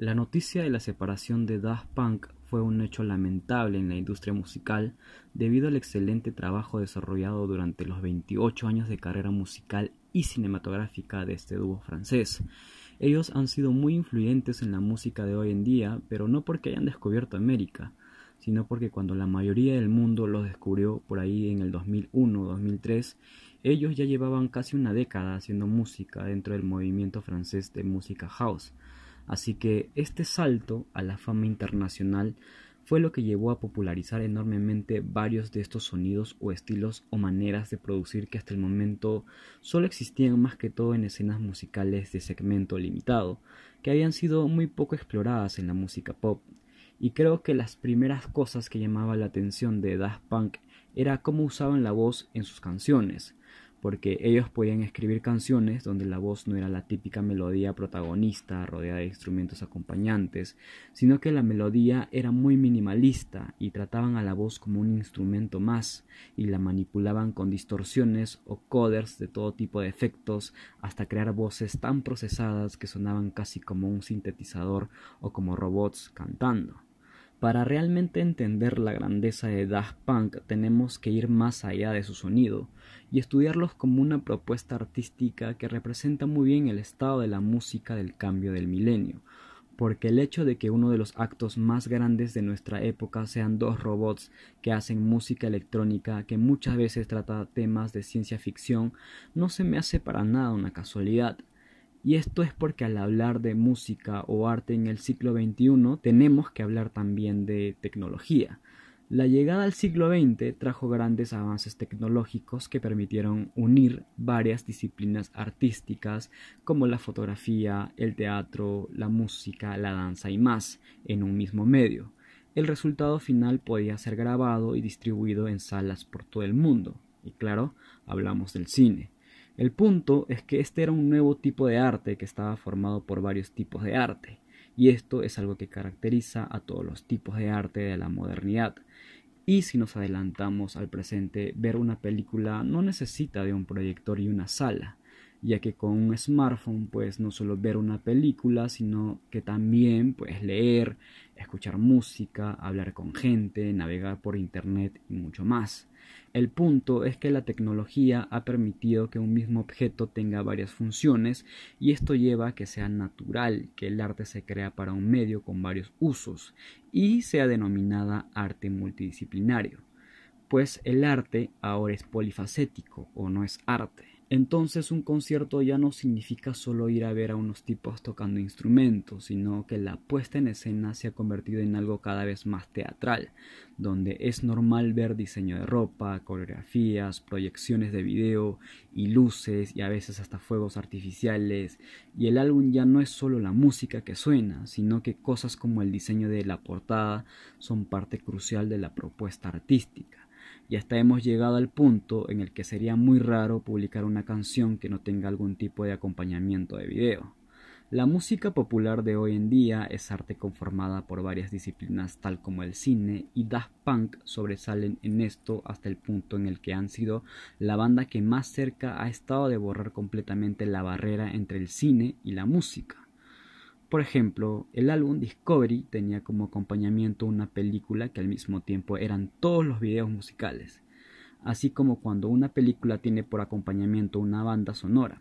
La noticia de la separación de Daft Punk fue un hecho lamentable en la industria musical debido al excelente trabajo desarrollado durante los 28 años de carrera musical y cinematográfica de este dúo francés. Ellos han sido muy influyentes en la música de hoy en día, pero no porque hayan descubierto América, sino porque cuando la mayoría del mundo los descubrió por ahí en el 2001-2003, ellos ya llevaban casi una década haciendo música dentro del movimiento francés de música house. Así que este salto a la fama internacional fue lo que llevó a popularizar enormemente varios de estos sonidos o estilos o maneras de producir que hasta el momento solo existían más que todo en escenas musicales de segmento limitado, que habían sido muy poco exploradas en la música pop. Y creo que las primeras cosas que llamaban la atención de Daft Punk era cómo usaban la voz en sus canciones, porque ellos podían escribir canciones donde la voz no era la típica melodía protagonista rodeada de instrumentos acompañantes, sino que la melodía era muy minimalista y trataban a la voz como un instrumento más y la manipulaban con distorsiones o coders de todo tipo de efectos hasta crear voces tan procesadas que sonaban casi como un sintetizador o como robots cantando. Para realmente entender la grandeza de Daft Punk tenemos que ir más allá de su sonido y estudiarlos como una propuesta artística que representa muy bien el estado de la música del cambio del milenio, porque el hecho de que uno de los actos más grandes de nuestra época sean dos robots que hacen música electrónica que muchas veces trata temas de ciencia ficción no se me hace para nada una casualidad. Y esto es porque al hablar de música o arte en el siglo XXI tenemos que hablar también de tecnología. La llegada al siglo XX trajo grandes avances tecnológicos que permitieron unir varias disciplinas artísticas como la fotografía, el teatro, la música, la danza y más en un mismo medio. El resultado final podía ser grabado y distribuido en salas por todo el mundo. Y claro, hablamos del cine. El punto es que este era un nuevo tipo de arte que estaba formado por varios tipos de arte, y esto es algo que caracteriza a todos los tipos de arte de la modernidad. Y si nos adelantamos al presente, ver una película no necesita de un proyector y una sala, ya que con un smartphone puedes no solo ver una película, sino que también puedes leer, escuchar música, hablar con gente, navegar por internet y mucho más. El punto es que la tecnología ha permitido que un mismo objeto tenga varias funciones y esto lleva a que sea natural que el arte se crea para un medio con varios usos y sea denominada arte multidisciplinario, pues el arte ahora es polifacético o no es arte. Entonces un concierto ya no significa solo ir a ver a unos tipos tocando instrumentos, sino que la puesta en escena se ha convertido en algo cada vez más teatral, donde es normal ver diseño de ropa, coreografías, proyecciones de video y luces y a veces hasta fuegos artificiales, y el álbum ya no es solo la música que suena, sino que cosas como el diseño de la portada son parte crucial de la propuesta artística. Y hasta hemos llegado al punto en el que sería muy raro publicar una canción que no tenga algún tipo de acompañamiento de video. La música popular de hoy en día es arte conformada por varias disciplinas tal como el cine, y Daft Punk sobresalen en esto hasta el punto en el que han sido la banda que más cerca ha estado de borrar completamente la barrera entre el cine y la música. Por ejemplo, el álbum Discovery tenía como acompañamiento una película que al mismo tiempo eran todos los videos musicales, así como cuando una película tiene por acompañamiento una banda sonora.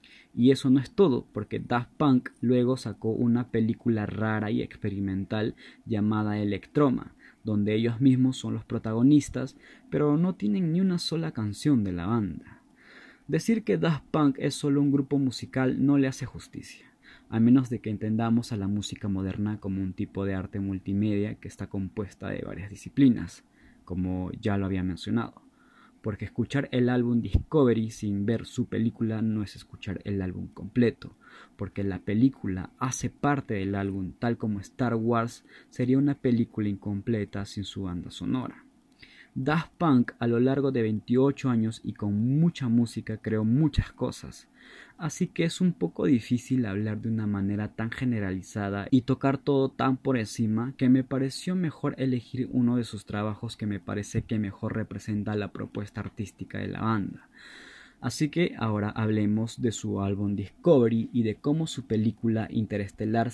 Y eso no es todo, porque Daft Punk luego sacó una película rara y experimental llamada Electroma, donde ellos mismos son los protagonistas, pero no tienen ni una sola canción de la banda. Decir que Daft Punk es solo un grupo musical no le hace justicia, a menos de que entendamos a la música moderna como un tipo de arte multimedia que está compuesta de varias disciplinas, como ya lo había mencionado. Porque escuchar el álbum Discovery sin ver su película no es escuchar el álbum completo, porque la película hace parte del álbum, tal como Star Wars sería una película incompleta sin su banda sonora. Daft Punk a lo largo de 28 años y con mucha música creó muchas cosas, así que es un poco difícil hablar de una manera tan generalizada y tocar todo tan por encima que me pareció mejor elegir uno de sus trabajos que me parece que mejor representa la propuesta artística de la banda. Así que ahora hablemos de su álbum Discovery y de cómo su película Interestelar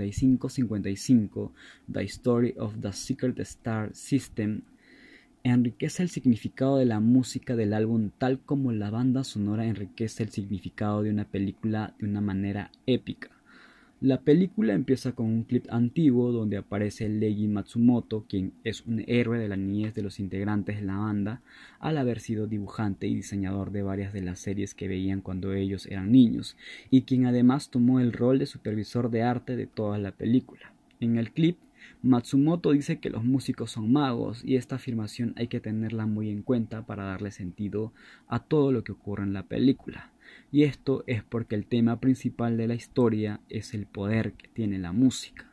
5555, The Story of the Secret Star System, enriquece el significado de la música del álbum tal como la banda sonora enriquece el significado de una película de una manera épica. La película empieza con un clip antiguo donde aparece Leiji Matsumoto, quien es un héroe de la niñez de los integrantes de la banda, al haber sido dibujante y diseñador de varias de las series que veían cuando ellos eran niños, y quien además tomó el rol de supervisor de arte de toda la película. En el clip, Matsumoto dice que los músicos son magos, y esta afirmación hay que tenerla muy en cuenta para darle sentido a todo lo que ocurre en la película. Y esto es porque el tema principal de la historia es el poder que tiene la música.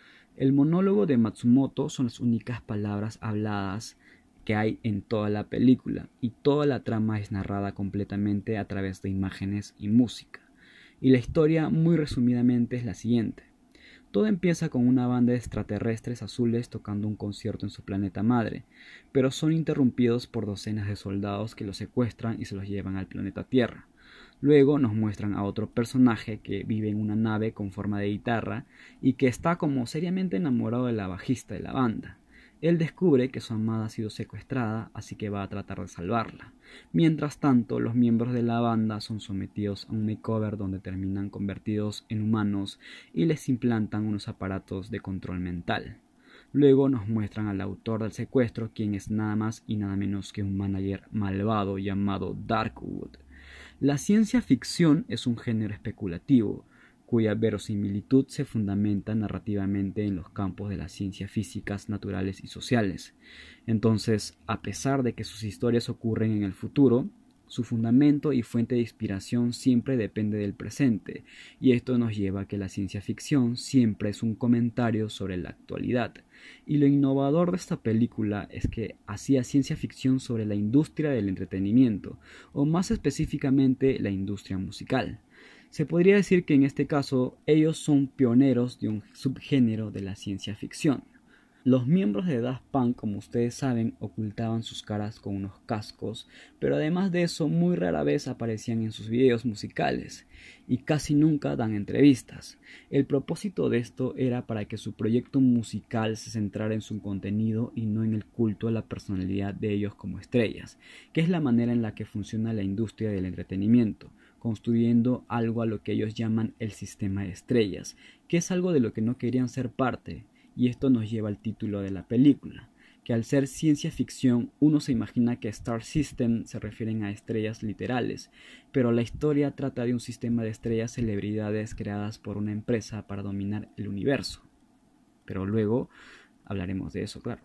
El monólogo de Matsumoto son las únicas palabras habladas que hay en toda la película, y toda la trama es narrada completamente a través de imágenes y música. Y la historia, muy resumidamente, es la siguiente. Todo empieza con una banda de extraterrestres azules tocando un concierto en su planeta madre, pero son interrumpidos por docenas de soldados que los secuestran y se los llevan al planeta Tierra. Luego nos muestran a otro personaje que vive en una nave con forma de guitarra y que está como seriamente enamorado de la bajista de la banda. Él descubre que su amada ha sido secuestrada, así que va a tratar de salvarla. Mientras tanto, los miembros de la banda son sometidos a un makeover donde terminan convertidos en humanos y les implantan unos aparatos de control mental. Luego nos muestran al autor del secuestro, quien es nada más y nada menos que un manager malvado llamado Darkwood. La ciencia ficción es un género especulativo, cuya verosimilitud se fundamenta narrativamente en los campos de las ciencias físicas, naturales y sociales. Entonces, a pesar de que sus historias ocurren en el futuro, su fundamento y fuente de inspiración siempre depende del presente, y esto nos lleva a que la ciencia ficción siempre es un comentario sobre la actualidad. Y lo innovador de esta película es que hacía ciencia ficción sobre la industria del entretenimiento, o más específicamente la industria musical. Se podría decir que en este caso ellos son pioneros de un subgénero de la ciencia ficción. Los miembros de Daft Punk, como ustedes saben, ocultaban sus caras con unos cascos, pero además de eso muy rara vez aparecían en sus videos musicales y casi nunca dan entrevistas. El propósito de esto era para que su proyecto musical se centrara en su contenido y no en el culto a la personalidad de ellos como estrellas, que es la manera en la que funciona la industria del entretenimiento, construyendo algo a lo que ellos llaman el sistema de estrellas, que es algo de lo que no querían ser parte. Y esto nos lleva al título de la película, que al ser ciencia ficción uno se imagina que Star System se refieren a estrellas literales, pero la historia trata de un sistema de estrellas celebridades creadas por una empresa para dominar el universo. Pero luego hablaremos de eso, claro.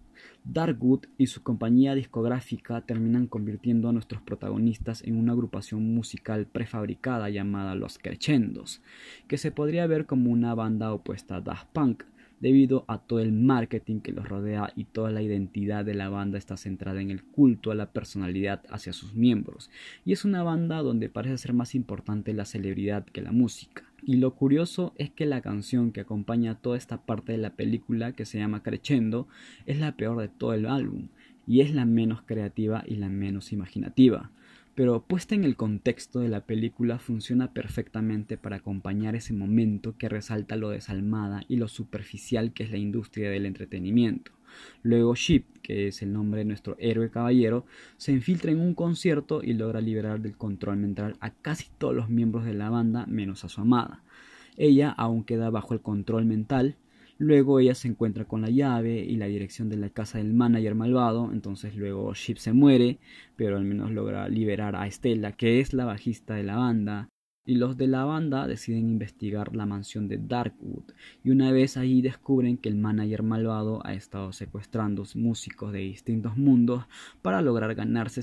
Darkwood y su compañía discográfica terminan convirtiendo a nuestros protagonistas en una agrupación musical prefabricada llamada Los Crescendos, que se podría ver como una banda opuesta a Daft Punk, debido a todo el marketing que los rodea y toda la identidad de la banda está centrada en el culto a la personalidad hacia sus miembros, y es una banda donde parece ser más importante la celebridad que la música. Y lo curioso es que la canción que acompaña toda esta parte de la película, que se llama Crescendo, es la peor de todo el álbum, y es la menos creativa y la menos imaginativa. Pero puesta en el contexto de la película funciona perfectamente para acompañar ese momento que resalta lo desalmada y lo superficial que es la industria del entretenimiento. Luego Chip, que es el nombre de nuestro héroe caballero, se infiltra en un concierto y logra liberar del control mental a casi todos los miembros de la banda menos a su amada. Ella aún queda bajo el control mental. Luego ella se encuentra con la llave y la dirección de la casa del manager malvado, entonces luego Chip se muere, pero al menos logra liberar a Stella, que es la bajista de la banda, y los de la banda deciden investigar la mansión de Darkwood, y una vez ahí descubren que el manager malvado ha estado secuestrando músicos de distintos mundos para lograr ganarse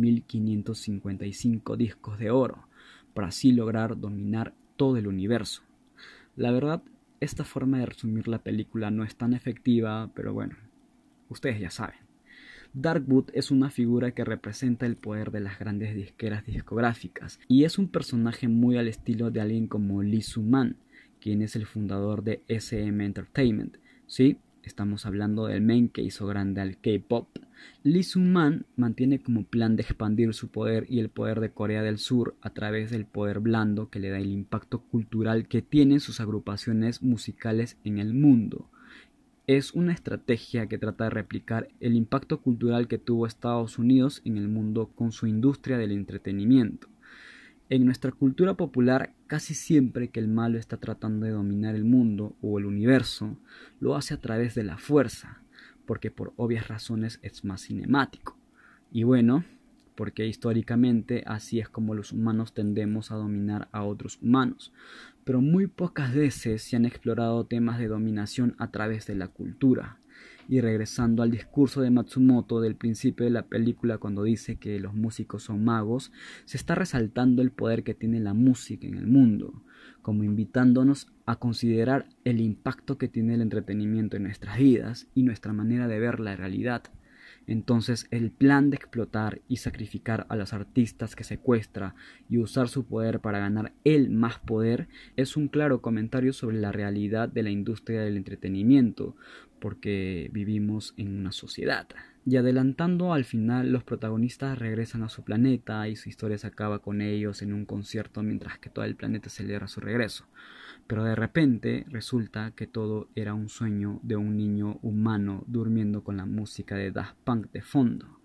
5.555 discos de oro, para así lograr dominar todo el universo. La verdad, esta forma de resumir la película no es tan efectiva, pero bueno, ustedes ya saben. Darkwood es una figura que representa el poder de las grandes disqueras discográficas y es un personaje muy al estilo de alguien como Lee Soo-man, quien es el fundador de SM Entertainment. Sí, estamos hablando del men que hizo grande al K-pop. Lee Sung-man mantiene como plan de expandir su poder y el poder de Corea del Sur a través del poder blando que le da el impacto cultural que tienen sus agrupaciones musicales en el mundo. Es una estrategia que trata de replicar el impacto cultural que tuvo Estados Unidos en el mundo con su industria del entretenimiento. En nuestra cultura popular, casi siempre que el malo está tratando de dominar el mundo o el universo, lo hace a través de la fuerza, porque por obvias razones es más cinemático. Y bueno, porque históricamente así es como los humanos tendemos a dominar a otros humanos, pero muy pocas veces se han explorado temas de dominación a través de la cultura. Y regresando al discurso de Matsumoto del principio de la película cuando dice que los músicos son magos, se está resaltando el poder que tiene la música en el mundo, como invitándonos a considerar el impacto que tiene el entretenimiento en nuestras vidas y nuestra manera de ver la realidad. Entonces el plan de explotar y sacrificar a los artistas que secuestra y usar su poder para ganar él más poder es un claro comentario sobre la realidad de la industria del entretenimiento, porque vivimos en una sociedad. Y adelantando al final, los protagonistas regresan a su planeta y su historia se acaba con ellos en un concierto mientras que todo el planeta celebra su regreso. Pero de repente resulta que todo era un sueño de un niño humano durmiendo con la música de Daft Punk de fondo.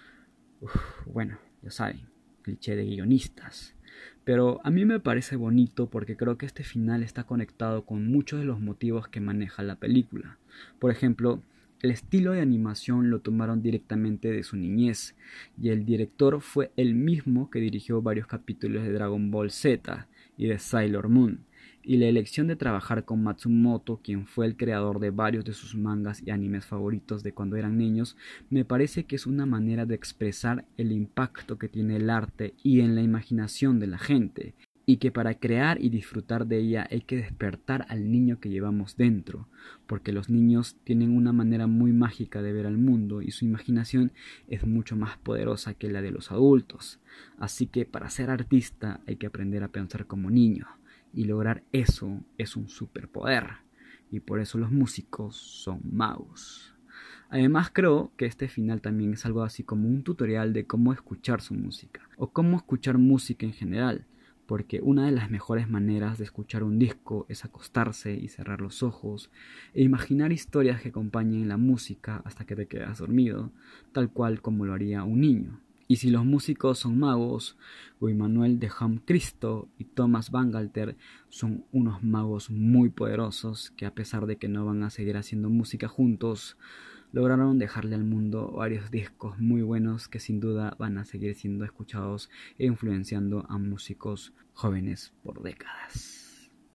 Bueno, ya saben, cliché de guionistas. Pero a mí me parece bonito porque creo que este final está conectado con muchos de los motivos que maneja la película. Por ejemplo, el estilo de animación lo tomaron directamente de su niñez y el director fue el mismo que dirigió varios capítulos de Dragon Ball Z y de Sailor Moon. Y la elección de trabajar con Matsumoto, quien fue el creador de varios de sus mangas y animes favoritos de cuando eran niños, me parece que es una manera de expresar el impacto que tiene el arte y en la imaginación de la gente, y que para crear y disfrutar de ella hay que despertar al niño que llevamos dentro, porque los niños tienen una manera muy mágica de ver al mundo y su imaginación es mucho más poderosa que la de los adultos. Así que para ser artista hay que aprender a pensar como niño. Y lograr eso es un superpoder. Y por eso los músicos son magos. Además creo que este final también es algo así como un tutorial de cómo escuchar su música. O cómo escuchar música en general. Porque una de las mejores maneras de escuchar un disco es acostarse y cerrar los ojos e imaginar historias que acompañen la música hasta que te quedas dormido, tal cual como lo haría un niño. Y si los músicos son magos, Guy Manuel de Cristo y Thomas Bangalter son unos magos muy poderosos que a pesar de que no van a seguir haciendo música juntos, lograron dejarle al mundo varios discos muy buenos que sin duda van a seguir siendo escuchados e influenciando a músicos jóvenes por décadas.